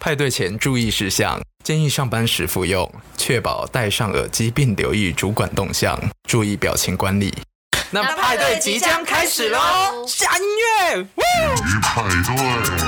派对前注意事项，建议上班时服用，确保戴上耳机并留意主管动向，注意表情管理。那派对即将开始咯，下音乐！ 派对。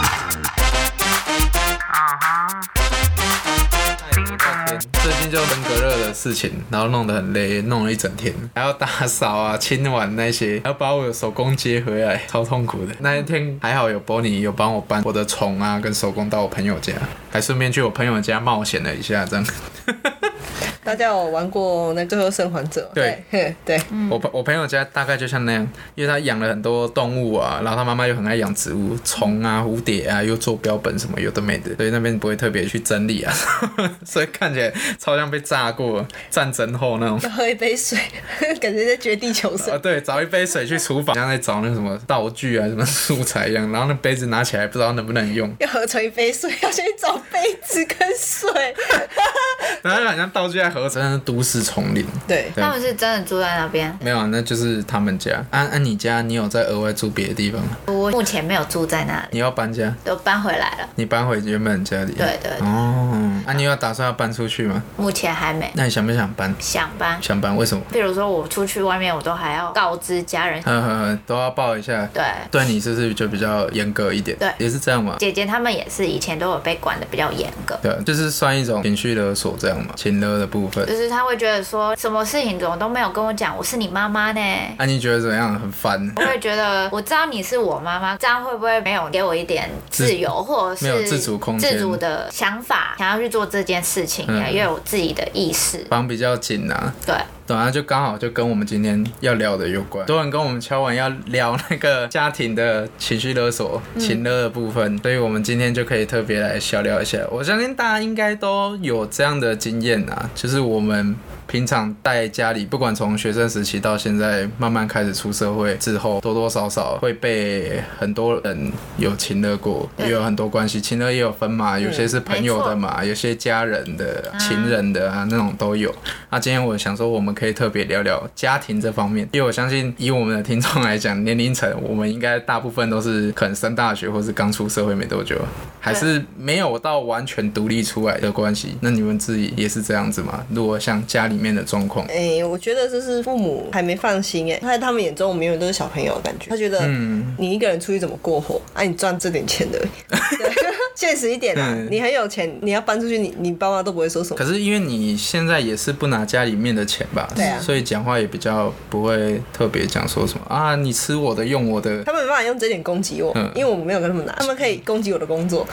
最近就登革热的事情，然后弄得很累，弄了一整天，还要打扫啊、清碗那些，还要把我的手工接回来，超痛苦的。那一天还好有 Bonnie 有帮我搬我的虫啊跟手工到我朋友家，还顺便去我朋友家冒险了一下，这样。 大家有玩过那最后生还者？ 对对， 我朋友家大概就像那样，因为他养了很多动物啊，然后他妈妈又很爱养植物，虫啊、蝴蝶啊，又做标本什么有的没的，所以那边不会特别去整理啊，所以看起来超像被炸过战争后那种。 要喝一杯水，感觉在绝地求生。 对，找一杯水去厨房，像在找那个什么道具啊、什么素材一样，然后那杯子拿起来不知道能不能用， 要合成一杯水，要先去找杯子跟水。 然后好像道具在合成的都市丛林。 对， 他们是真的住在那边？ 没有啊，那就是他们家。按你家，你有在额外住别的地方吗？ 我目前没有住在那里。 你要搬家？ 都搬回来了。 你搬回原本家里？ 对。 哦，你有打算要搬出去吗？ 目前还没。 那你想不想搬？ 想搬。 想搬？为什么？ 比如说我出去外面，我都还要告知家人， 都要报一下。 对。 对你是不是就比较严格一点？ 对， 也是这样嘛。 姐姐他们也是以前都有被管的比较严格。 对，就是算一种情绪勒索这样嘛，情勒的部分。 就是他会觉得说，什么事情怎么都没有跟我讲，我是你妈妈呢？ 你觉得怎么样？很烦。 我会觉得，我知道你是我妈妈，这样会不会没有给我一点自由，或者是没有自主空间、 自主的想法，想要去做这件事情，也有自己的意识， 绑比较紧啊。 对。 对啊，就刚好就跟我们今天要聊的有关。多人跟我们敲完要聊那个家庭的情绪勒索、情勒的部分，所以我们今天就可以特别来小聊一下。我相信大家应该都有这样的经验啊，就是我们平常带家里，不管从学生时期到现在慢慢开始出社会之后，多多少少会被很多人有情勒过，也有很多关系，情勒也有分嘛，有些是朋友的嘛，有些家人的、情人的啊，那种都有。那今天我想说，我们可以特别聊聊家庭这方面，因为我相信以我们的听众来讲，年龄层我们应该大部分都是可能升大学或是刚出社会没多久，还是没有到完全独立出来的关系。那你们自己也是这样子吗？如果像家里面的状况， 我觉得这是父母还没放心在他们眼中我们永远都是小朋友的感觉，他觉得你一个人出去怎么过活你赚这点钱的现实一点你很有钱，你要搬出去，你爸妈都不会说什么。 可是因为你现在也是不拿家里面的钱吧， 对啊， 所以讲话也比较不会特别讲说什么你吃我的用我的， 他们没办法用这点攻击我，因为我没有跟他们拿，他们可以攻击我的工作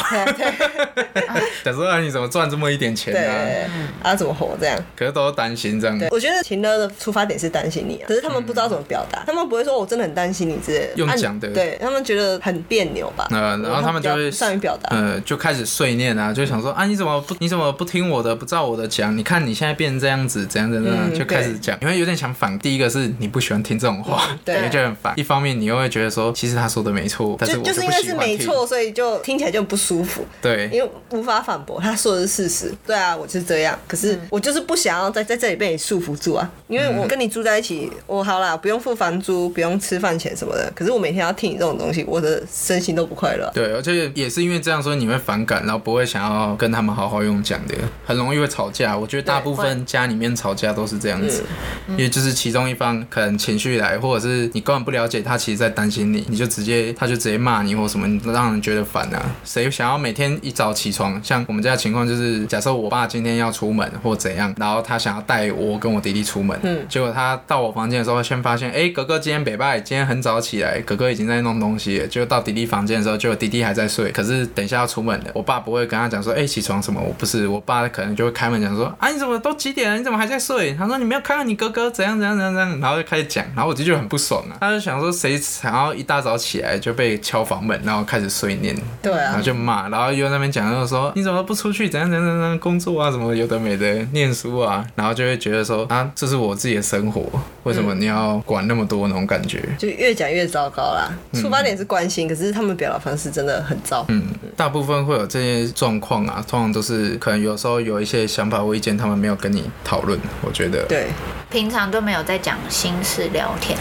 想说你怎么赚这么一点钱对怎么活这样， 可是都担心这样。 对，我觉得情勒的出发点是担心你可是他们不知道怎么表达，他们不会说我真的很担心你之类的， 用讲的， 对，他们觉得很别扭吧， 然后他们就会善于表达， 就开始碎念就想说你怎么不听我的，不照我的讲，你看你现在变成这样子，怎样怎样，就开始讲，你会有点想反。第一个是你不喜欢听这种话，对，就很烦。一方面你又会觉得说，其实他说的没错，但是我就是因为是没错，所以就听起来就不舒服。 对， 因为无法反驳，他说的是事实。对啊，我就是这样，可是我就是不想要在这里被你束缚住啊。因为我跟你住在一起，我好啦，不用付房租，不用吃饭钱什么的，可是我每天要听你这种东西，我的身心都不快乐。 对，而且也是因为这样，所以你会反感，然后不会想要跟他们好好用讲的，很容易会吵架。我觉得大部分家里面吵架都是这样子，因为就是其中一方可能情绪来，或者是你根本不了解他其实在担心你，他就直接骂你或什么，让人觉得烦啊。谁想要每天一早起床，像我们家的情况就是，假设我爸今天要出门或怎样，然后他想要带我跟我弟弟出门，结果他到我房间的时候，先发现哥哥今天北拜，今天很早起来，哥哥已经在弄东西了。结果到弟弟房间的时候，结果弟弟还在睡，可是等一下要出门了，我爸不会跟他讲说起床什么，我不是，我爸可能就会开门讲说你怎么都几点了，你怎么还在睡？他说你没有看到你哥哥怎样怎样怎样怎样，然后就开始讲，然后我就觉得很不爽啊。他就想说谁想要一大早起来就被敲房门，然后开始碎念， 对啊， 然后就骂，然后又在那边讲，就说你怎么不出去怎样怎样怎样工作啊，什么有的没的，念书啊，然后就会觉得说这是我自己的生活，为什么你要管那么多那种感觉， 就越讲越糟糕啦。出发点是关心，可是他们表达方式真的很糟。 大部分会有这些状况啊，通常都是可能有时候有一些想法或意见，他们没有跟你讨论，我觉得。 对， 平常都没有在讲心事聊天。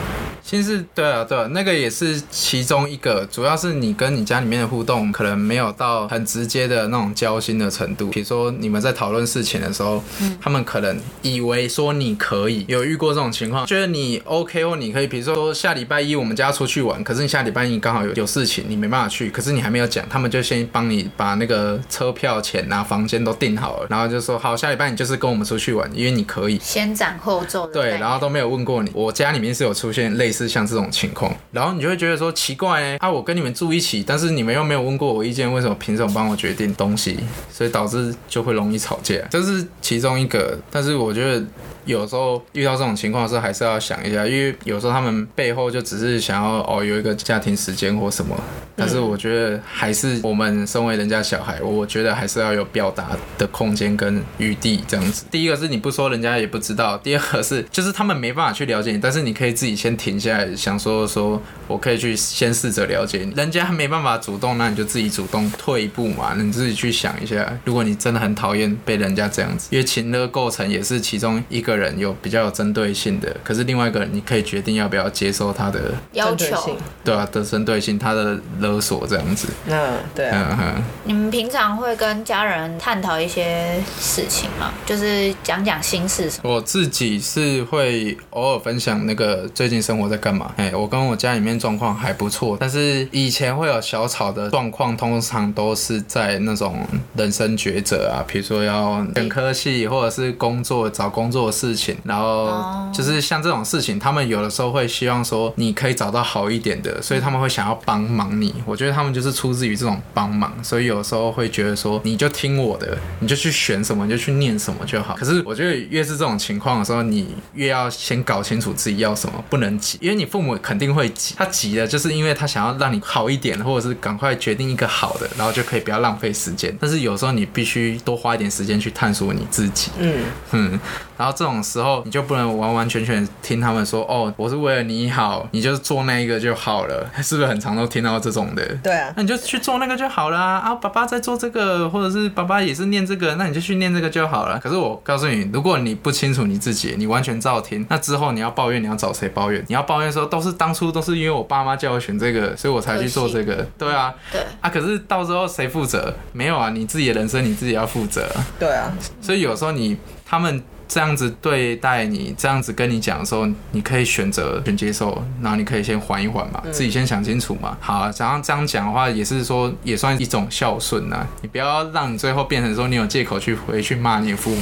心事，对啊，那个也是其中一个，主要是你跟你家里面的互动可能没有到很直接的那种交心的程度。比如说你们在讨论事情的时候，他们可能以为说你可以，有遇过这种情况，觉得你 OK 或你可以，比如说下礼拜一我们家出去玩，可是你下礼拜一刚好有事情，你没办法去，可是你还没有讲，他们就先帮你把那个车票钱啊、房间都订好了，然后就说好，下礼拜你就是跟我们出去玩，因为你可以。 先斩后奏的。 对，然后都没有问过你。我家里面是有出现类似像这种情况，然后你就会觉得说奇怪啊，我跟你们住一起，但是你们又没有问过我意见，为什么凭什么帮我决定东西？所以导致就会容易吵架，这是其中一个。但是我觉得有时候遇到这种情况的时候，还是要想一下，因为有时候他们背后就只是想要有一个家庭时间或什么。但是我觉得还是我们身为人家小孩，我觉得还是要有表达的空间跟余地这样子。第一个是你不说人家也不知道，第二个是就是他们没办法去了解你，但是你可以自己先停下来想说我可以去先试着了解你，人家没办法主动，那你就自己主动退一步嘛，你自己去想一下，如果你真的很讨厌被人家这样子，因为情勒构成也是其中一个人有比较有针对性的，可是另外一个人你可以决定要不要接受他的要求， 对啊的针对性，他的勒索这样子。 对啊。 你们平常会跟家人探讨一些事情吗？就是讲心事什么？ 我自己是会偶尔分享那个最近生活在干嘛。我跟我家里面状况还不错，但是以前会有小吵的状况，通常都是在那种人生抉择啊，比如说要选科系，或者是找工作的事情，然后就是像这种事情，他们有的时候会希望说你可以找到好一点的，所以他们会想要帮忙你。我觉得他们就是出自于这种帮忙，所以有时候会觉得说你就听我的，你就去选什么，你就去念什么就好。可是我觉得越是这种情况的时候，你越要先搞清楚自己要什么，不能急，因为你父母肯定会急，他急的就是因为他想要让你好一点，或者是赶快决定一个好的，然后就可以不要浪费时间。但是有时候你必须多花一点时间去探索你自己。然后这种时候你就不能完完全全听他们说我是为了你好，你就是做那一个就好了，是不是很常都听到这种的？ 对啊， 那你就去做那个就好了啊，爸爸在做这个，或者是爸爸也是念这个，那你就去念这个就好了。可是我告诉你，如果你不清楚你自己，你完全照听，那之后你要抱怨，你要找谁抱怨？你要抱怨说当初都是因为我爸妈叫我选这个，所以我才去做这个。对啊， 对啊，可是到时候谁负责？没有啊，你自己的人生你自己要负责。 对啊， 所以有时候他们这样子对待你，这样子跟你讲的时候，你可以选择先接受，然后你可以先缓一缓嘛，自己先想清楚嘛。好，这样讲的话，也是说也算一种孝顺啊。你不要让你最后变成说你有借口回去骂你的父母。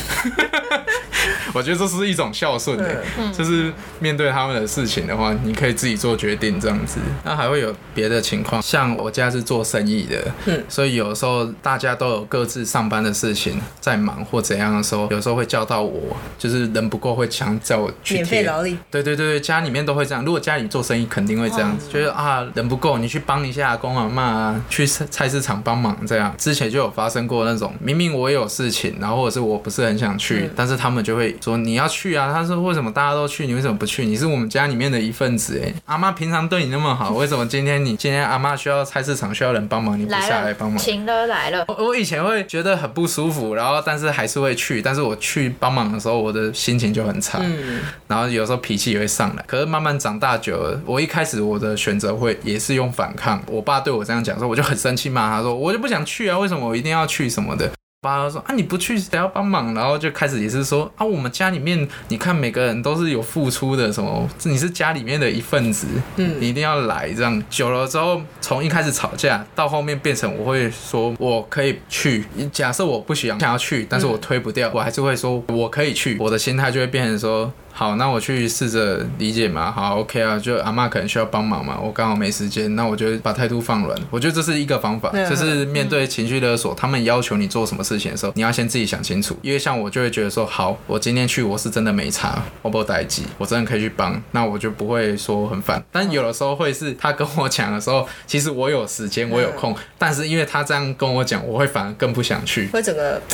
我觉得这是一种孝顺的，就是面对他们的事情的话，你可以自己做决定这样子。那还会有别的情况，像我家是做生意的，所以有时候大家都有各自上班的事情，在忙或怎样的时候，有时候会叫到我，就是人不够会强叫我去贴免费劳力。 对，家里面都会这样。如果家里做生意，肯定会这样子，就是人不够，你去帮一下阿公阿嬷啊，去菜市场帮忙这样。之前就有发生过那种，明明我也有事情，然后或者是我不是很想去，但是他们就会说你要去啊。他说为什么大家都去，你为什么不去？你是我们家里面的一份子哎，阿嬷平常对你那么好，为什么今天阿嬷需要菜市场需要人帮忙，你不下来帮忙？ 情勒来了。 我以前会觉得很不舒服，然后但是还是会去，但是我去帮忙的时候，我的心情就很差，然后有时候脾气也会上来。可是慢慢长大久了，我一开始我的选择会也是用反抗。我爸对我这样讲说，我就很生气骂他说，我就不想去啊，为什么我一定要去什么的。爸就说你不去谁要帮忙，然后就开始也是说我们家里面你看每个人都是有付出的，什么你是家里面的一份子，你一定要来。这样久了之后，从一开始吵架到后面变成我会说我可以去，假设我不想要去，但是我推不掉，我还是会说我可以去，我的心态就会变成说好，那我去试着理解嘛。好 OK 啊，就阿嬷可能需要帮忙嘛，我刚好没时间，那我就把态度放软。我觉得这是一个方法，就是面对情绪勒索，他们要求你做什么事情的时候，你要先自己想清楚。因为像我就会觉得说，好，我今天去我是真的没差，我没有代志，我真的可以去帮，那我就不会说很烦。但有的时候会是他跟我讲的时候，其实我有时间我有空，但是因为他这样跟我讲，我会反而更不想去， 会整个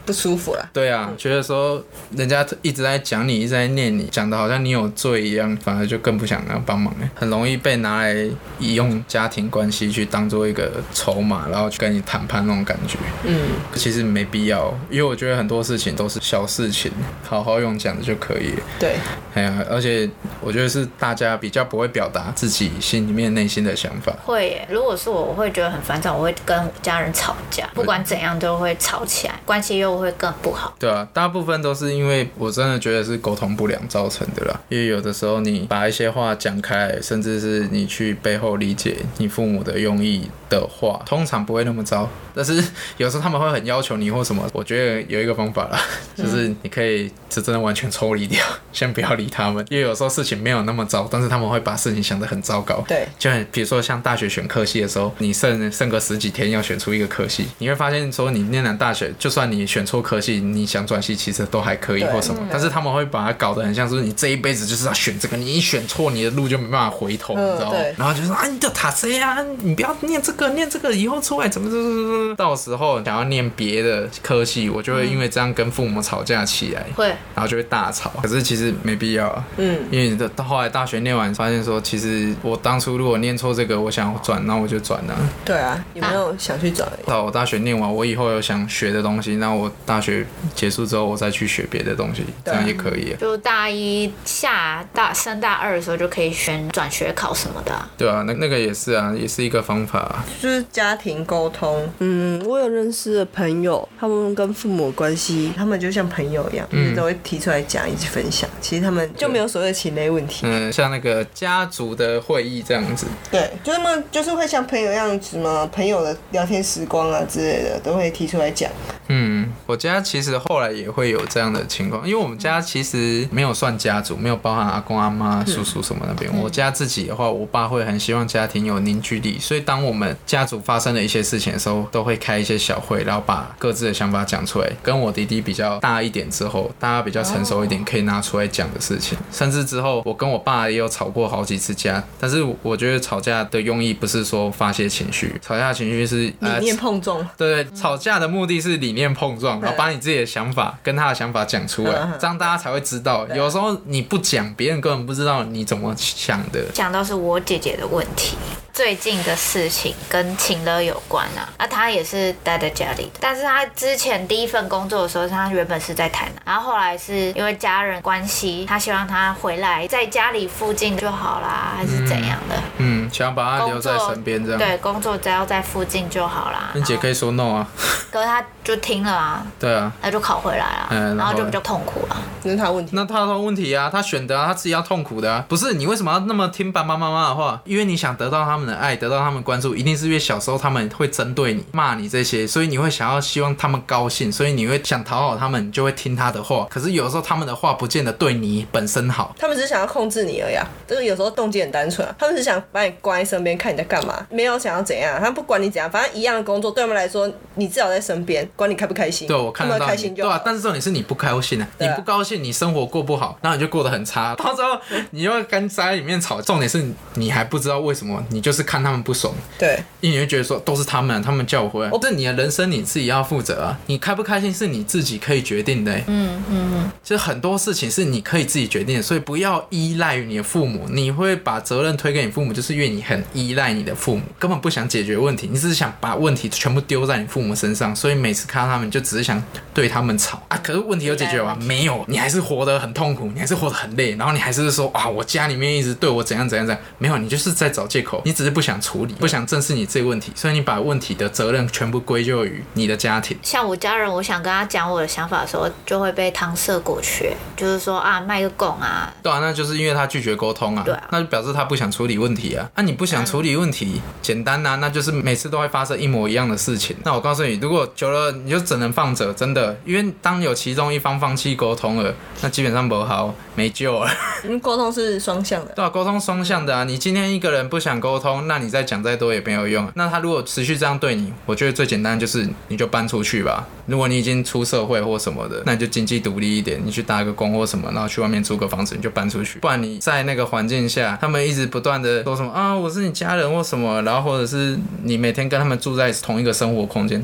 不舒服啦。 对啊，觉得说人家一直在讲你，一直在念你，讲的好像你有罪一样，反而就更不想要帮忙了，很容易被拿来用家庭关系去当做一个筹码，然后去跟你谈判那种感觉。其实没必要，因为我觉得很多事情都是小事情，好好用讲的就可以了。 对， 哎呀，而且我觉得是大家比较不会表达自己心里面内心的想法。 会耶，如果是我会觉得很烦躁，我会跟我家人吵架，不管怎样都会吵起来，关系又会更不好。 对啊，大部分都是因为我真的觉得是沟通不良造成的啦。因为有的时候你把一些话讲开，甚至是你去背后理解你父母的用意的话，通常不会那么糟。但是有时候他们会很要求你或什么，我觉得有一个方法啦，就是你可以真的完全抽离掉，先不要理他们。因为有时候事情没有那么糟，但是他们会把事情想得很糟糕。 对， 就比如说像大学选科系的时候，你剩个10几天要选出一个科系，你会发现说你念完大学，就算你选错科系，你想转系其实都还可以或什么，但是他们会把它搞得很像是你这一辈子就是要选这个，你一选错你的路就没办法回头，你知道吗？然后就说啊，你的塔谁啊，你不要念这个，念这个以后出来怎么到时候想要念别的科系，我就会因为这样跟父母吵架起来， 会， 然后就会大吵。可是其实没必要啊，因为到后来大学念完，发现说其实我当初如果念错这个，我想转，那我就转了。 对啊，有没有想去转？ 到我大学念完，我以后有想学的东西，那我大学结束之后，我再去学别的东西，这样也可以。 就大一升大二的时候就可以选转学考什么的啊。 对啊，那个也是啊，也是一个方法啊。 就是家庭沟通。我有认识的朋友，他们跟父母关系，他们就像朋友一样，就是都会提出来讲，一起分享。其实他们就没有所谓的情类问题。 像那个家族的会议这样子。 对，就是他们就是会像朋友一样，什么朋友的聊天时光啊之类的，都会提出来讲。 我家其实后来也会有这样的情况，因为我们家其实没有算家族，没有包含阿公阿妈、叔叔什么那边。我家自己的话，我爸会很希望家庭有凝聚力，所以当我们家族发生了一些事情的时候，都会开一些小会，然后把各自的想法讲出来。跟我弟弟比较大一点之后，大家比较成熟一点，可以拿出来讲的事情。甚至之后，我跟我爸也有吵过好几次架，但是我觉得吵架的用意不是说发泄情绪，吵架的情绪是理念碰撞。 对，吵架的目的是理念碰撞，然后把你自己的想法跟他的想法讲出来，这样大家才会知道。有时候你不讲，别人根本不知道你怎么想的。 讲到是我姐姐的问题，最近的事情跟情勒有关啊。她也是待在家里的，但是她之前第一份工作的时候，她原本是在台南，然后后来是因为家人关系，她希望她回来在家里附近就好啦，还是怎样的？ 想把她留在身边这样。 对，工作只要在附近就好啦。 你姐可以说 no 啊。 可是她就听了啊。 对啊。 那就考回来了，然后就比较痛苦了。 那是他的问题。 那他的问题啊，他选的啊，他自己要痛苦的啊。不是你为什么要那么听爸爸妈妈的话？因为你想得到他们的爱，得到他们关注，一定是因为小时候他们会针对你、骂你这些，所以你会想要希望他们高兴，所以你会想讨好他们，你就会听他的话。可是有时候他们的话不见得对你本身好， 他们只是想要控制你而已啊。这个有时候动机很单纯啊，他们只想把你关在身边，看你在干嘛，没有想要怎样，他们不管你怎样，反正一样的工作对他们来说，你至少在身边，管你开不开心。 对，我看得到你， 开心就好。 对啊，但是重点是你不高兴啊，你不高兴，你生活过不好，然后你就过得很差，到时候你又跟在里面吵。重点是你还不知道为什么，你就是看他们不爽。 对， 因为你会觉得说都是他们叫我回来，这你的人生你自己要负责啊，你开不开心是你自己可以决定的。其实很多事情是你可以自己决定的，所以不要依赖于你的父母。你会把责任推给你父母，就是因为你很依赖你的父母，根本不想解决问题，你只是想把问题全部丢在你父母身上，所以每次看到他们就只是想对他们吵啊。可是问题有解决吗？没有，你还是活得很痛苦，你还是活得很累，然后你还是说啊，我家里面一直对我怎样怎样怎样。没有，你就是在找借口，你只是不想处理，不想正视你这个问题，所以你把问题的责任全部归咎于你的家庭。 像我家人，我想跟他讲我的想法的时候，就会被搪塞过去，就是说啊，卖个供啊。 对啊，那就是因为他拒绝沟通啊。 对啊， 那就表示他不想处理问题啊。你不想处理问题，简单啊，那就是每次都会发生一模一样的事情。那我告诉你，如果久了，你就只能放着，真的，因为当有其中一方放弃沟通了，那基本上不好，没救了。 因为沟通是双向的。 对啊，沟通双向的啊。你今天一个人不想沟通，那你再讲再多也没有用。那他如果持续这样对你，我觉得最简单就是你就搬出去吧。如果你已经出社会或什么的，那你就经济独立一点，你去打个工或什么，然后去外面租个房子，你就搬出去。不然你在那个环境下，他们一直不断的说什么啊，我是你家人或什么，然后或者是你每天跟他们住在同一个生活空间，他一直针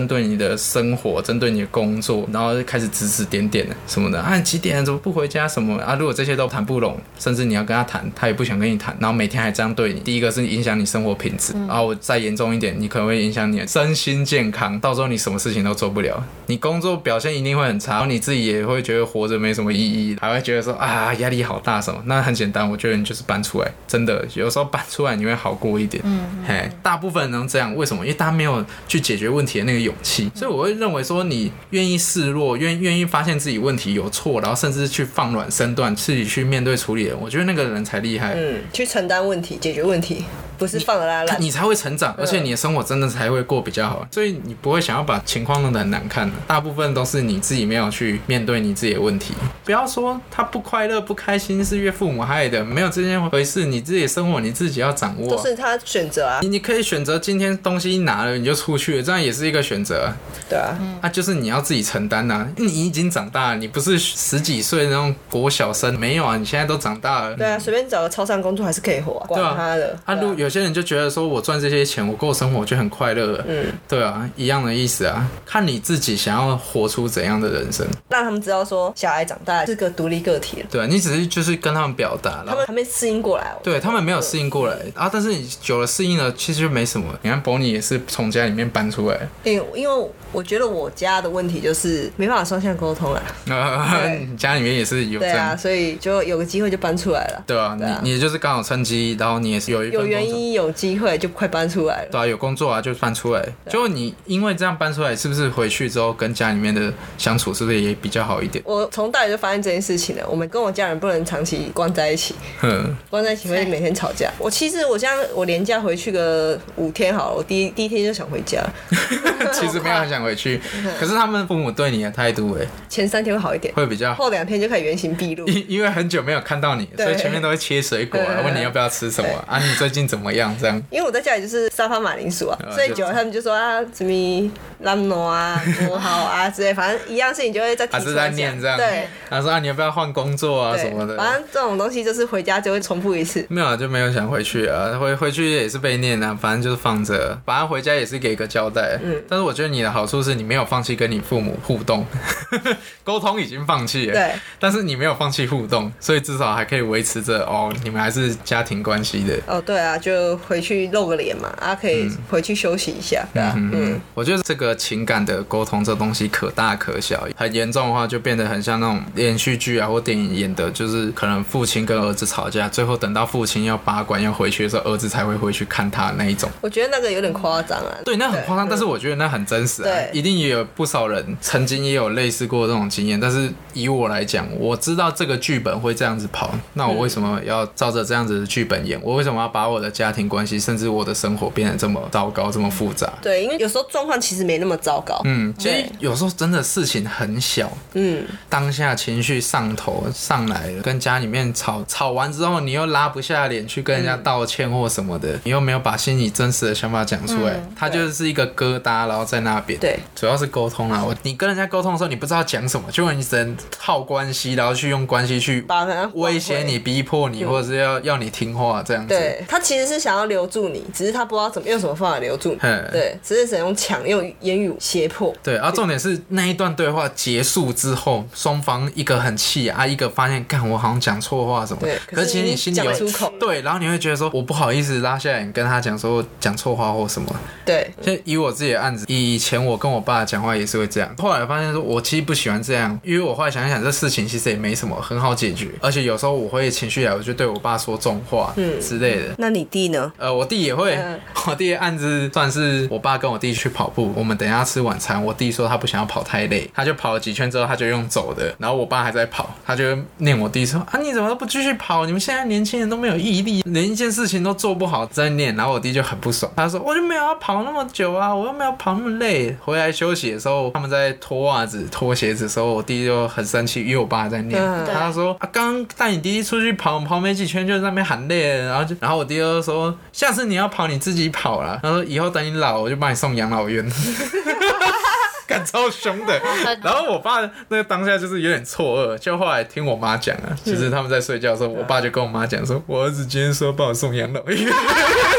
对你的生活，针对你的工作，然后开始指指点点的什么的啊，你几点怎么不回家什么啊？如果这些都谈不拢，甚至你要跟他谈，他也不想跟你谈，然后每天还这样对你，第一个是影响你生活品质，然后再严重一点，你可能会影响你的身心健康，到时候你什么事情都做不了，你工作表现一定会很差，然后你自己也会觉得活着没什么意义，还会觉得说啊压力好大什么。那很简单，我觉得你就是搬出来，真的有时候搬出来你会好过一点。大部分人能这样，为什么？因为大家没有去解决问题的那个勇气，所以我会认为说，你愿意示弱，愿意发现自己问题有错，然后甚至去放软身段，自己去面对处理人，我觉得那个人才厉害。 去承担问题，解决问题，不是放着拉烂， 你才会成长，而且你的生活真的才会过比较好。所以你不会想要把情况弄得很难看的，大部分都是你自己没有去面对你自己的问题。不要说他不快乐、不开心是岳父母害的，没有这件回事，你自己的生活你自己要掌握， 都是他选择啊。 你可以选择今天东西拿了你就出去了，这样也是一个选择。 对啊， 就是你要自己承担啊。你已经长大了，你不是10几岁那种国小生，没有啊，你现在都长大了。 对啊，随便找个超商工作还是可以活啊，管他的。 有些人就觉得说我赚这些钱，我过生活就很快乐了。对啊，一样的意思啊。看你自己想要活出怎样的人生， 让他们知道说小孩长大是个独立个体了。 对啊，你只是就是跟他们表达， 他们还没适应过来。 对，他们没有适应过来啊，但是你久了适应了，其实就没什么。你看 Bonnie 也是从家里面搬出来， 因为我觉得我家的问题就是没办法双向沟通了。 你家里面也是有这样。 对啊，所以就有个机会就搬出来了。 对啊，你就是刚好趁机，然后你也是有原因有机会就快搬出来了。 对啊，有工作啊就搬出来。就你因为这样搬出来，是不是回去之后跟家里面的相处是不是也比较好一点？ 我从大学就发现这件事情了，我们跟我家人不能长期关在一起，关在一起会每天吵架。我现在我连假回去个5天好了，我第一天就想回家。 其实没有很想回去，可是他们父母对你的态度前3天会好一点， 会比较好， 后2天就开始原形毕露。 因为很久没有看到你，所以前面都会切水果啊，问你要不要吃什么啊，你最近怎么样这样？ 因为我在家里就是沙发马铃薯啊，所以久了他们就说啊什么烂挪啊多好啊之类，反正一样事情就会再提出来讲。 还是在念这样。对，他说啊你要不要换工作啊什么的。 反正这种东西就是回家就会重复一次。 没有就没有想回去啊，回去也是被念啊，反正就是放着，反正回家也是给一个交代。但是我觉得你的好处是你没有放弃跟你父母互动，沟通已经放弃了， 对， 但是你没有放弃互动，所以至少还可以维持着你们还是家庭关系的。 对啊，就回去露个脸嘛，可以回去休息一下，对啊。 我觉得这个情感的沟通这东西可大可小，很严重的话就变得很像那种连续剧啊或电影演的，就是可能父亲跟儿子吵架，最后等到父亲要拔管要回去的时候，儿子才会回去看他的那一种。 我觉得那个有点夸张啊。 对，那很夸张，但是我觉得那很真实啊。一定也有不少人曾经也有类似过这种经验，但是以我来讲，我知道这个剧本会这样子跑，那我为什么要照着这样子的剧本演？我为什么要把我的家庭关系甚至我的生活变得这么糟糕这么复杂？ 对，因为有时候状况其实没那么糟糕。 其实有时候真的事情很小，当下情绪上头上来了，跟家里面吵完之后，你又拉不下脸去跟人家道歉或什么的，你又没有把心里真实的想法讲出来，它就是一个疙瘩，然后在那边。 对， 主要是沟通啊。你跟人家沟通的时候，你不知道讲什么，就你只能靠关系，然后去用关系去威胁你、逼迫你，或者是要你听话这样子。 对，他其实是想要留住你，只是他不知道怎么用什么方法留住你。对，只是只能用言语胁迫。 对，然后重点是那一段对话结束之后，双方一个很气啊，一个发现干我好像讲错话什么。 对， 可是其实你心里有讲出口。 对，然后你会觉得说我不好意思拉下来，你跟他讲说讲错话或什么。 对， 就以我自己的案子，以前我跟我爸讲话也是会这样，后来发现说我其实不喜欢这样，因为我后来想一想，这事情其实也没什么，很好解决，而且有时候我会情绪来，我就对我爸说重话之类的。 那你弟呢？ 我弟也会，我弟的案子算是我爸跟我弟去跑步，我们等一下吃晚餐，我弟说他不想要跑太累，他就跑了几圈之后他就用走的，然后我爸还在跑，他就念我弟说啊你怎么都不继续跑，你们现在年轻人都没有毅力，连一件事情都做不好在念，然后我弟就很不爽，他说我就没有要跑那么久啊，我又没有跑那么累。回来休息的时候，他们在脱袜子脱鞋子的时候，我弟就很生气，因为我爸在念，他说啊刚刚带你弟弟出去跑没几圈就在那边喊累了，然后我弟就说下次你要跑你自己跑啦，他说以后等你老我就把你送养老院。干超凶的，然后我爸那个当下就是有点错愕，就后来听我妈讲啊，就是他们在睡觉的时候，我爸就跟我妈讲说，我儿子今天说把我送养老院。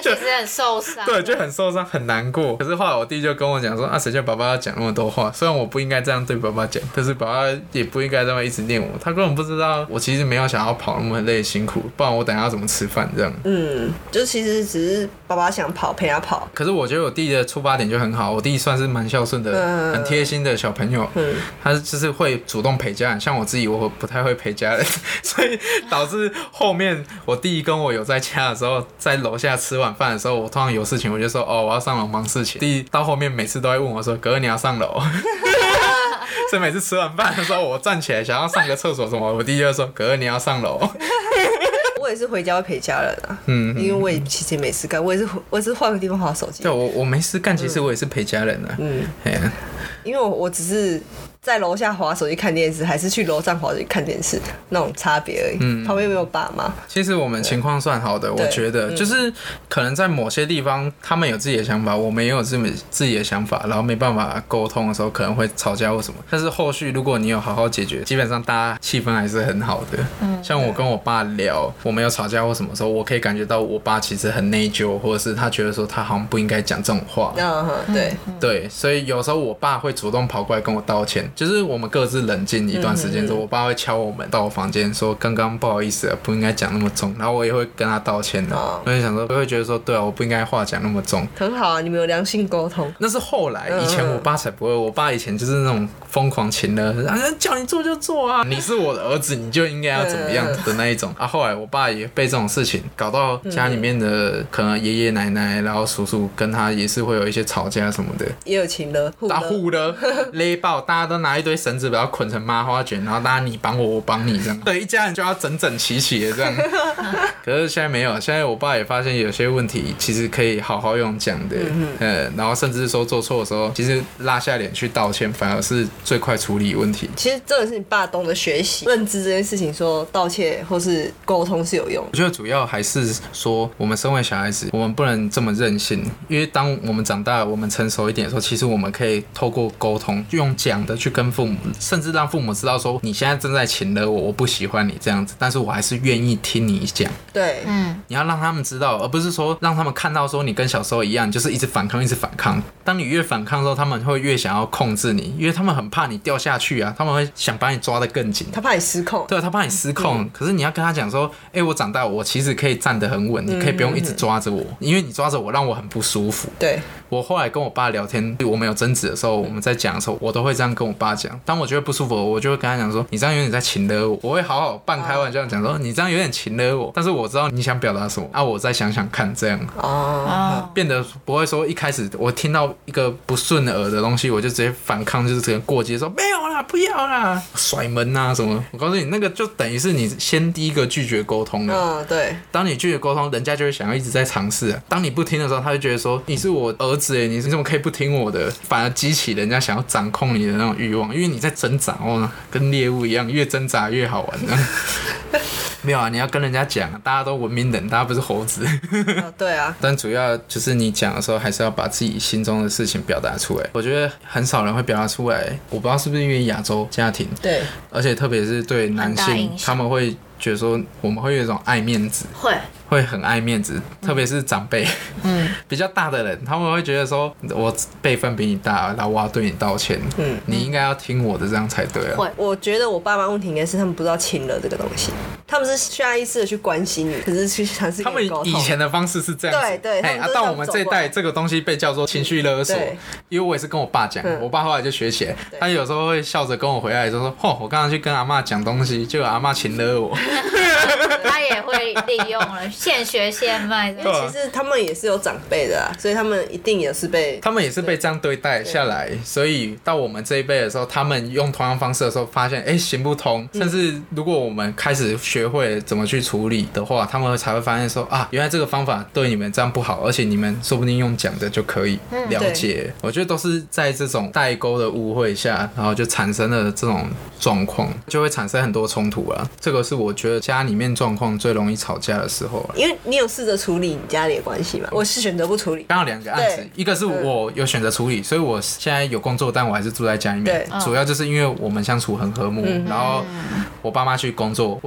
其实很受伤。 对，就很受伤，很难过。可是后来我弟就跟我讲说，谁叫爸爸要讲那么多话？虽然我不应该这样对爸爸讲，但是爸爸也不应该这么一直念我。他根本不知道我其实没有想要跑那么累辛苦，不然我等一下要怎么吃饭这样。 就其实只是爸爸想跑，陪他跑。 可是我觉得我弟的出发点就很好，我弟算是蛮孝顺的，很贴心的小朋友。他就是会主动陪家人，像我自己，我不太会陪家人，所以导致后面我弟跟我有在家的时候，在楼下吃晚饭的时候，我通常有事情我就说我要上楼忙事情。弟到后面每次都会问我说：“哥哥你要上楼？”所以每次吃完饭的时候，我站起来想要上个厕所什么，我弟就会说：“哥哥你要上楼。” 我也是回家会陪家人啊，因为我也其实也没事干，我也是换个地方滑手机。 对，我没事干，其实我也是陪家人啊。 因为我只是在楼下滑手机看电视，还是去楼上滑手机看电视那种差别而已。旁边没有爸妈。 其实我们情况算好的，我觉得就是可能在某些地方他们有自己的想法，我们也有自己的想法，然后没办法沟通的时候可能会吵架或什么。但是后续如果你有好好解决，基本上大家气氛还是很好的。像我跟我爸聊，我没有吵架或什么时候，我可以感觉到我爸其实很内疚，或者是他觉得说他好像不应该讲这种话。对，所以有时候我爸会主动跑过来跟我道歉，就是我们各自冷静一段时间之后，我爸会敲我们到我房间说刚刚不好意思不应该讲那么重，然后我也会跟他道歉的。我就想说，我会觉得说对啊，我不应该话讲那么重。 很好啊，你们有良性沟通。 那是后来，以前我爸才不会，我爸以前就是那种疯狂情勒，叫你做就做啊，你是我的儿子，你就应该要怎么样的那一种。后来我爸也被这种事情搞到家里面的可能爷爷奶奶，然后叔叔跟他也是会有一些吵架什么的， 也有情勒， 互勒勒爆，大家都拿一堆绳子把它捆成麻花卷，然后大家你帮我，我帮你这样，对，一家人就要整整齐齐的这样。可是现在没有，现在我爸也发现有些问题其实可以好好用讲的，然后甚至说做错的时候，其实拉下脸去道歉，反而是最快处理问题。 其实真的是你爸懂得学习认知这件事情，说道歉或是沟通是有用的。 我觉得主要还是说，我们身为小孩子，我们不能这么任性，因为当我们长大，我们成熟一点的时候，其实我们可以透过沟通，用讲的去跟父母，甚至让父母知道说，你现在正在请了我不喜欢你这样子，但是我还是愿意听你讲。 对， 你要让他们知道，而不是说让他们看到说你跟小时候一样，就是一直反抗，一直反抗。当你越反抗的时候，他们会越想要控制你，因为他们很怕你掉下去啊，他们会想把你抓得更紧。 他怕你失控。 对，他怕你失控。可是你要跟他讲说，我长大，我其实可以站得很稳，你可以不用一直抓着我，因为你抓着我让我很不舒服。 对， 我后来跟我爸聊天，我们有争执的时候，我们在讲的时候，我都会这样跟我爸讲。当我觉得不舒服，我就会跟他讲说，你这样有点在情勒我。我会好好半开玩笑讲说，你这样有点情勒我，但是我知道你想表达什么啊，我再想想看，这样变得不会说一开始我听到一个不顺耳的东西，我就直接反抗，就是直接过街说没有啦，不要啦，甩门啊什么。我告诉你，那个就等于是你先第一个拒绝沟通了。 对。 当你拒绝沟通，人家就会想要一直在尝试啊。当你不听的时候，他就觉得说你是我儿子你怎么可以不听我的？反而激起人家想要掌控你的那种欲望，因为你在挣扎跟猎物一样，越挣扎越好玩。没有啊，你要跟人家讲，大家都文明人，大家不是猴子。 对啊。 但主要就是你讲的时候，还是要把自己心中的事情表达出来。我觉得很少人会表达出来，我不知道是不是因为亚洲家庭， 对， 而且特别是对男性，他们会觉得说我们会有一种爱面子，会很爱面子，特别是长辈，比较大的人，他们会觉得说我辈分比你大，然后我要对你道歉，你应该要听我的，这样才对啊。 我觉得我爸妈问题应该是他们不知道情勒这个东西，他们是下意识的去关心你，可是去尝试跟你沟通。 他们以前的方式是这样子， 对， 到我们这一代，这个东西被叫做情绪勒索。因为我也是跟我爸讲，我爸后来就学起来，他有时候会笑着跟我回来就说：“我刚刚去跟阿嬷讲东西，结果阿嬷情勒我。” 他也会利用了，现学现卖。 因为其实他们也是有长辈的所以他们一定也是被这样对待下来，所以到我们这一辈的时候，他们用同样方式的时候，发现行不通，甚至如果我们开始学会怎么去处理的话，他们才会发现说原来这个方法对你们这样不好，而且你们说不定用讲的就可以了解。我觉得都是在这种代沟的误会下，然后就产生了这种状况，就会产生很多冲突啊。这个是我觉得家里面状况最容易吵架的时候因为你有试着处理你家里的关系吗？我是选择不处理。 刚好两个案子，一个是我有选择处理，所以我现在有工作，但我还是住在家里面。主要就是因为我们相处很和睦，然后我爸妈去工作，我也做我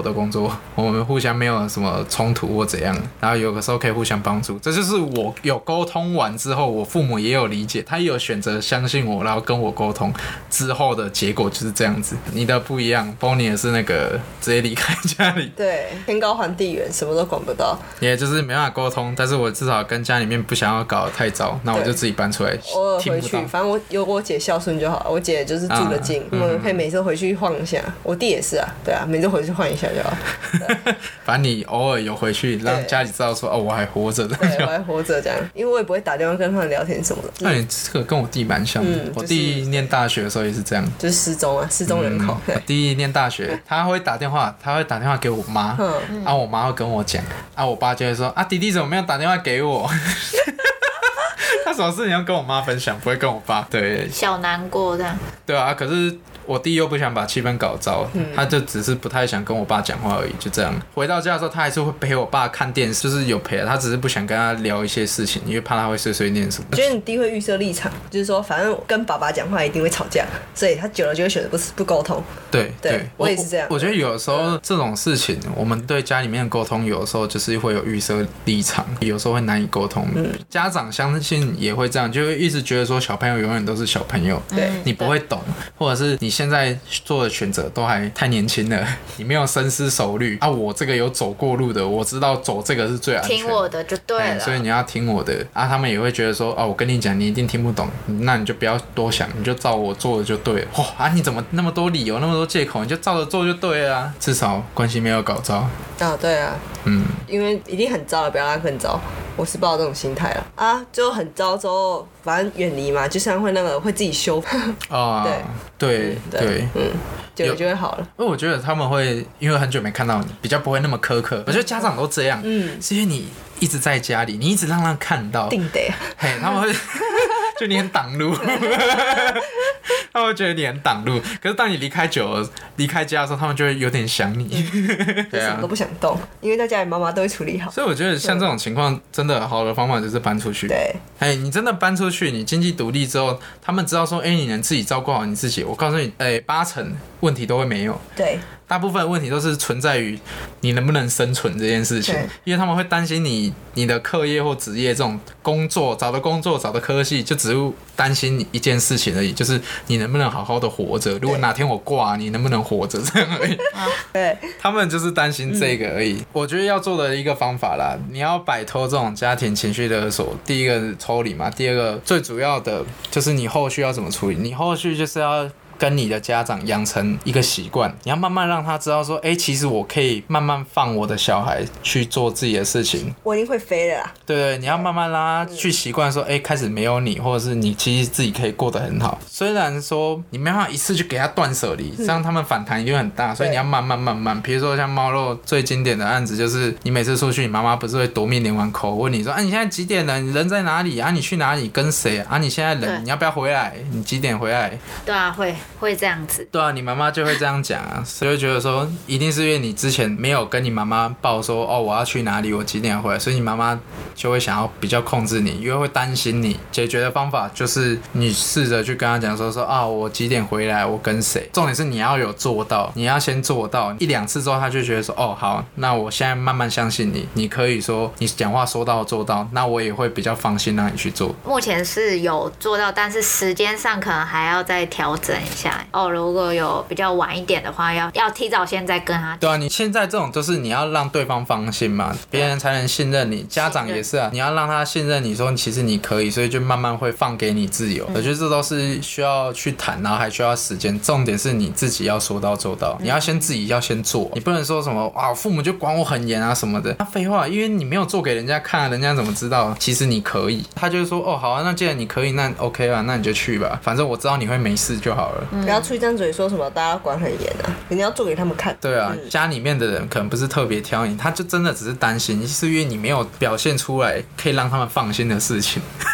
的工作，我们互相没有什么冲突或怎样，然后有的时候可以互相帮助。这就是我有沟通完之后，我父母也有理解，他也有选择相信我，然后跟我沟通之后的结果就是这样子。你的不一样 ，Bonnie 也是那个直接离开家里， 对，天高皇帝远，什么都管不到， 也就是没办法沟通。但是我至少跟家里面不想要搞得太糟，那我就自己搬出来， 偶尔回去，反正我有我姐孝顺就好了。我姐就是住得近，我们可以每次回去晃一下。我弟也是啊，对啊，每次回去晃一下就好。 反正你偶尔有回去，让家里知道说哦我还活着的， 对，我还活着这样，因为我也不会打电话跟他们聊天什么的。 那你这个跟我弟蛮像的，我弟念大学的时候也是这样， 就是失踪啊，失踪人口。 我弟念大学，他会打电话给我妈，我妈会跟我讲，我爸就会说弟弟怎么没有打电话给我？他什么事情要跟我妈分享，不会跟我爸。对， 小难过这样。 对啊，可是我弟又不想把气氛搞糟，他就只是不太想跟我爸讲话而已，就这样。回到家的时候，他还是会陪我爸看电视，就是有陪他，只是不想跟他聊一些事情，因为怕他会碎碎念什么。 我觉得你弟会预设立场，就是说反正跟爸爸讲话一定会吵架，所以他久了就会选择不沟通。 对， 我也是这样。 我觉得有的时候这种事情，我们对家里面的沟通，有的时候就是会有预设立场，有时候会难以沟通。家长相信也会这样，就会一直觉得说小朋友永远都是小朋友，你不会懂，或者是你现在做的选择都还太年轻了，你没有深思熟虑我这个有走过路的，我知道走这个是最安全的， 听我的就对了， 所以你要听我的他们也会觉得说我跟你讲你一定听不懂，那你就不要多想，你就照我做的就对了。你怎么那么多理由那么多借口，你就照着做就对了啊，至少关系没有搞糟。 对啊，因为一定很糟了，不要让它更糟。我是抱这种心态了就很糟之后，反正远离嘛，就像会会自己修复。对，久了就会好了。 因为我觉得他们会因为很久没看到你，比较不会那么苛刻。我觉得家长都这样，是因为你一直在家里，你一直让他看到， 定得他们会就你很挡路。他们会觉得你很挡路，可是当你离开久了，离开家的时候，他们就会有点想你， 就什么都不想动，因为在家里妈妈都会处理好。 所以我觉得像这种情况，真的好的方法就是搬出去。 对， 你真的搬出去，你经济独立之后，他们知道说，你能自己照顾好你自己，我告诉你，80%问题都会没有。 对。 大部分的问题都是存在于你能不能生存这件事情，因为他们会担心你的课业或职业这种工作找的科系，就只是担心一件事情而已，就是你能不能好好的活着。如果哪天我挂，你能不能活着这样而已。 对， 他们就是担心这个而已。我觉得要做的一个方法啦，你要摆脱这种家庭情绪勒索。第一个抽离嘛，第二个最主要的就是你后续要怎么处理。你后续就是要跟你的家长养成一个习惯，你要慢慢让他知道说，其实我可以慢慢放我的小孩去做自己的事情。 我已经会飞了啦。 对，你要慢慢让他去习惯说，开始没有你，或者是你其实自己可以过得很好。虽然说你没办法一次就给他断舍离，这样他们反弹一定很大，所以你要慢慢。比如说像猫肉最经典的案子就是，你每次出去，你妈妈不是会夺命连环call问你说，你现在几点了？你人在哪里啊？你去哪里？跟谁啊？你现在人你要不要回来？你几点回来？ 对啊，会这样子。 对啊，你妈妈就会这样讲啊，所以就觉得说，一定是因为你之前没有跟你妈妈报说，我要去哪里，我几点要回来，所以你妈妈就会想要比较控制你，因为会担心你。解决的方法就是你试着去跟她讲说我几点回来，我跟谁。重点是你要有做到，你要先做到1-2次之后，她就觉得说，好，那我现在慢慢相信你，你可以说你讲话说到做到，那我也会比较放心让你去做。 目前是有做到，但是时间上可能还要再调整一下。如果有比较晚一点的话，要提早先再跟他。 对啊，你现在这种就是你要让对方放心嘛，别人才能信任你。家长也是啊，你要让他信任你说其实你可以，所以就慢慢会放给你自由。我觉得这都是需要去谈，然后还需要时间。重点是你自己要说到做到，你要自己要先做，你不能说什么父母就管我很严啊什么的。废话，因为你没有做给人家看，人家怎么知道其实你可以？他就说好啊，那既然你可以，那 OK 啊，那你就去吧，反正我知道你会没事就好了。 不要出一张嘴说什么大家管很严啊，你要做给他们看。 对啊，家里面的人可能不是特别挑你，他就真的只是担心，是因为你没有表现出来可以让他们放心的事情。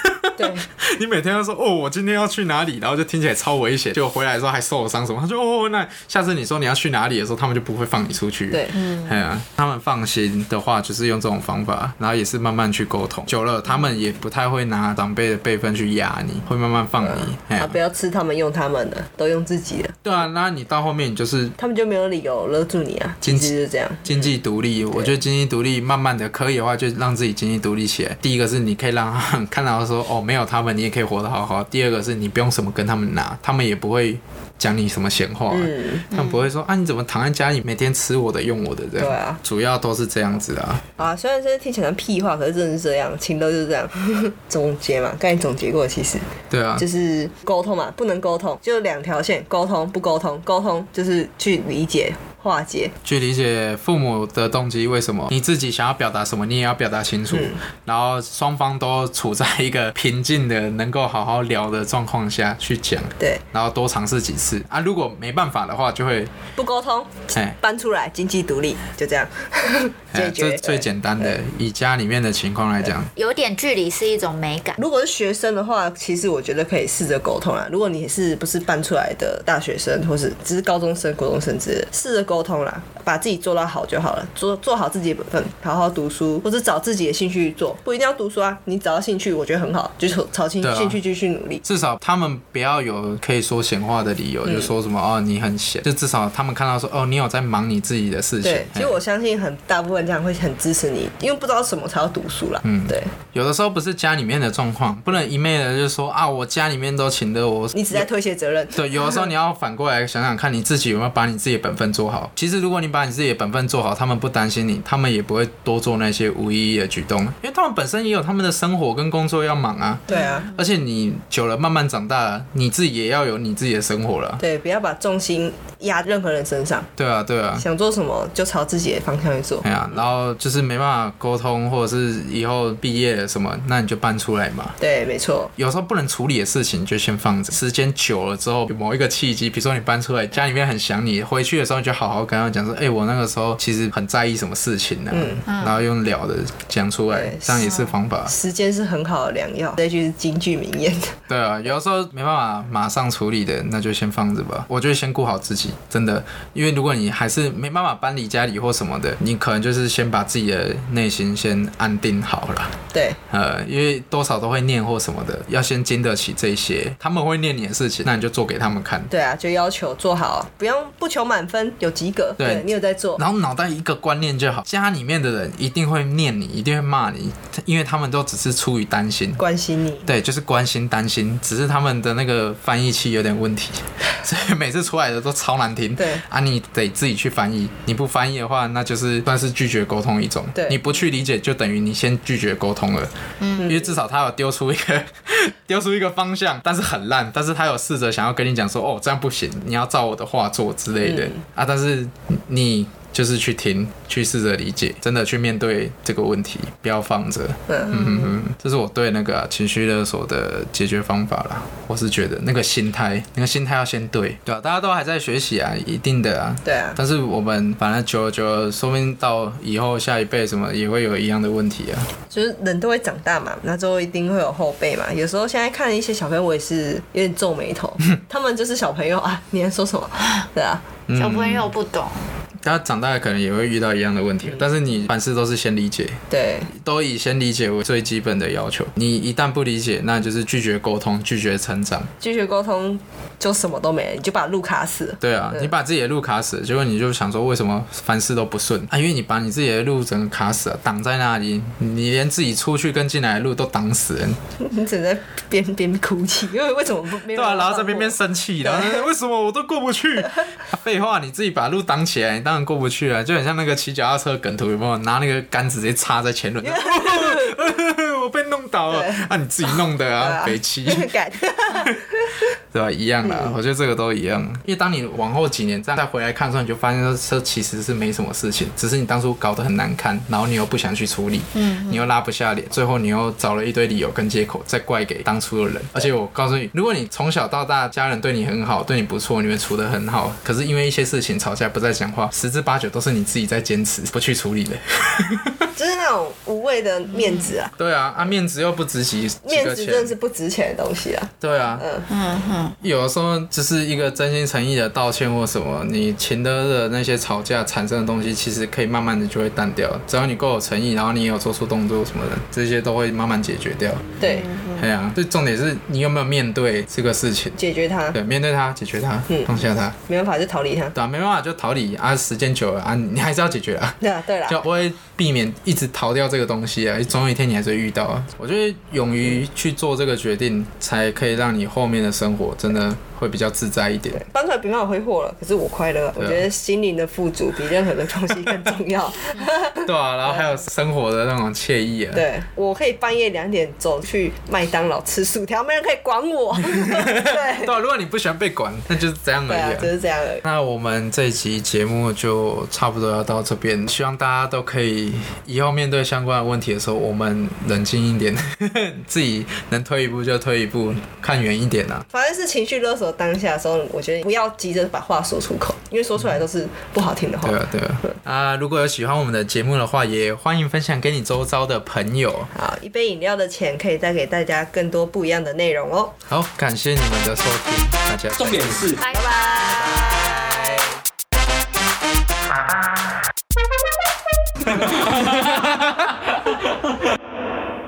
对， 你每天都说哦，我今天要去哪里，然后就听起来超危险，结果回来的时候还受伤什么，他就哦，那下次你说你要去哪里的时候，他们就不会放你出去。 对， 他们放心的话，就是用这种方法，然后也是慢慢去沟通，久了他们也不太会拿长辈的辈分去压你，会慢慢放你。 不要吃他们用他们的，都用自己的。 对啊，那你到后面你就是他们就没有理由勒住你啊，其实就是这样。 经济独立，我觉得经济独立慢慢的可以的话，就让自己经济独立起来。第一个是你可以让他们看到说哦，没有他们你也可以活得好好。第二个是你不用什么跟他们拿，他们也不会讲你什么闲话，他们不会说啊你怎么躺在家里每天吃我的用我的这样。 对啊， 主要都是这样子啊。 虽然这听起来像屁话，可是真的是这样，情乐就是这样。总结嘛，刚才总结过，其实对啊， 就是沟通嘛，不能沟通就2条线，沟通不沟通，沟通就是去理解。化解， 去理解父母的动机，为什么你自己想要表达什么，你也要表达清楚，然后双方都处在一个平静的、能够好好聊的状况下去讲， 对， 然后多尝试几次啊。如果没办法的话，就会不沟通，搬出来，经济独立，就这样解决。 这最简单的，以家里面的情况来讲， 有点距离是一种美感。 如果是学生的话，其实我觉得可以试着沟通啦。如果你是不是搬出来的大学生，或是只是高中生、国中生之类的，试着沟通啦，把自己做到好就好了，做好自己的本分，好好读书，或者找自己的兴趣做，不一定要读书啊，你找到兴趣，我觉得很好，就是朝兴趣继续努力。 至少他们不要有可以说闲话的理由，就说什么哦你很闲，就至少他们看到说哦你有在忙你自己的事情。 对，其实我相信大部分家长会很支持你，因为不知道什么才要读书啦。对。 有的时候不是家里面的状况，不能一昧的就说啊我家里面都请了我， 你只在推卸责任。 对，有的时候你要反过来想想看，你自己有没有把你自己的本分做好。其实如果你把你自己的本分做好，他们不担心你，他们也不会多做那些无意义的举动，因为他们本身也有他们的生活跟工作要忙啊。 对啊， 而且你久了慢慢长大了，你自己也要有你自己的生活了。 对，不要把重心压任何人身上。 对啊，对啊， 想做什么就朝自己的方向去做。 对啊，然后就是没办法沟通，或者是以后毕业了什么，那你就搬出来嘛。 对，没错。 有时候不能处理的事情就先放着，时间久了之后，有某一个契机，比如说你搬出来，家里面很想你，回去的时候你就好好跟他讲说，我那个时候其实很在意什么事情呢、然后用聊的讲出来，这样也是方法。 时间是很好的良药，这句是京剧名言。 对啊，有的时候没办法马上处理的，那就先放着吧。我觉得先顾好自己，真的，因为如果你还是没办法搬离家里或什么的，你可能就是先把自己的内心先安定好了。 对， 因为多少都会念或什么的，要先经得起这些。他们会念你的事情，那你就做给他们看。 对啊，就要求做好，不求满分，有及格。对，你有在做， 然后脑袋一个观念就好。家里面的人一定会念你，一定会骂你，因为他们都只是出于担心、 关心你。 对，就是关心、担心，只是他们的那个翻译器有点问题，所以每次出来的都超难听。 对啊，你得自己去翻译。你不翻译的话，那就是算是拒绝沟通一种。 对， 你不去理解，就等于你先拒绝沟通了。因为至少他有丢出一个方向，但是很烂，但是他有试着想要跟你讲说，哦，这样不行，你要照我的话做之类的、但是你就是去听，去试着理解，真的去面对这个问题，不要放着。这是我对那个情绪勒索的解决方法啦。我是觉得那个心态要先对啊，大家都还在学习啊，一定的啊。 对啊。 但是我们反正久了，说不定到以后下一辈什么也会有一样的问题啊。 就是人都会长大嘛，那之后一定会有后辈嘛。有时候现在看一些小朋友，我也是有点皱眉头。他们就是小朋友啊，你在说什么？对啊， 小朋友不懂。 他长大可能也会遇到一样的问题，但是你凡事都是先理解， 对， 都以先理解为最基本的要求。你一旦不理解，那就是拒绝沟通，拒绝成长。 拒绝沟通就什么都没了，你就把路卡死了。 对啊，你把自己的路卡死了，结果你就想说为什么凡事都不顺啊？因为你把你自己的路整个卡死了，挡在那里，你连自己出去跟进来的路都挡死了。 你只能在边哭泣，因为什么不没有？ 对啊，然后在边生气，然后为什么我都过不去？废话，你自己把路挡起来，你当然过不去啊，就很像那个骑脚踏车梗图，有没有拿那个杆子直接插在前轮？我被弄倒了，你自己弄的啊，北七。 对吧？一样啦，我觉得这个都一样。因为当你往后几年再回来看的时候，你就发现这其实是没什么事情，只是你当初搞得很难看，然后你又不想去处理，你又拉不下脸，最后你又找了一堆理由跟借口，再怪给当初的人。而且我告诉你，如果你从小到大家人对你很好，对你不错，你们处得很好，可是因为一些事情吵架不再讲话，10之8九都是你自己在坚持不去处理的。 就是那种无谓的面子啊。 对啊，面子又不值几面子个钱， 真的是不值钱的东西啊。 对啊，有的时候就是一个真心诚意的道歉或什么，你情的那些吵架产生的东西，其实可以慢慢的就会淡掉。只要你够有诚意，然后你也有做出动作什么的，这些都会慢慢解决掉。 对， 对啊，最重点是你有没有面对这个事情， 解决它。 对，面对它，解决它，放下它。 没办法就逃离它。 对啊，没办法就逃离啊，时间久了啊，你还是要解决啊。 对啊，对啦， 就不会避免一直逃掉这个东西啊，总有一天你还是会遇到啊。我觉得勇于去做这个决定，才可以让你后面的生活真的会比较自在一点。 搬出来别让我挥霍了，可是我快乐。我觉得心灵的富足比任何的东西更重要。 对啊，然后还有生活的那种惬意啊。 对，我可以半夜2点走去麦当劳吃薯条，没人可以管我。对， 对啊，如果你不喜欢被管，那就是这样而已啊。 就是这样而已。 那我们这一集节目就差不多要到这边，希望大家都可以以后面对相关的问题的时候，我们冷静一点，自己能推一步就推一步，看远一点啊。 反正是情绪勒索当下的时候，我觉得不要急着把话说出口，因为说出来都是不好听的话。 对啊，如果有喜欢我们的节目的话，也欢迎分享给你周遭的朋友。 好，一杯饮料的钱可以带给大家更多不一样的内容哦。 好，感谢你们的收听，大家重点是拜拜。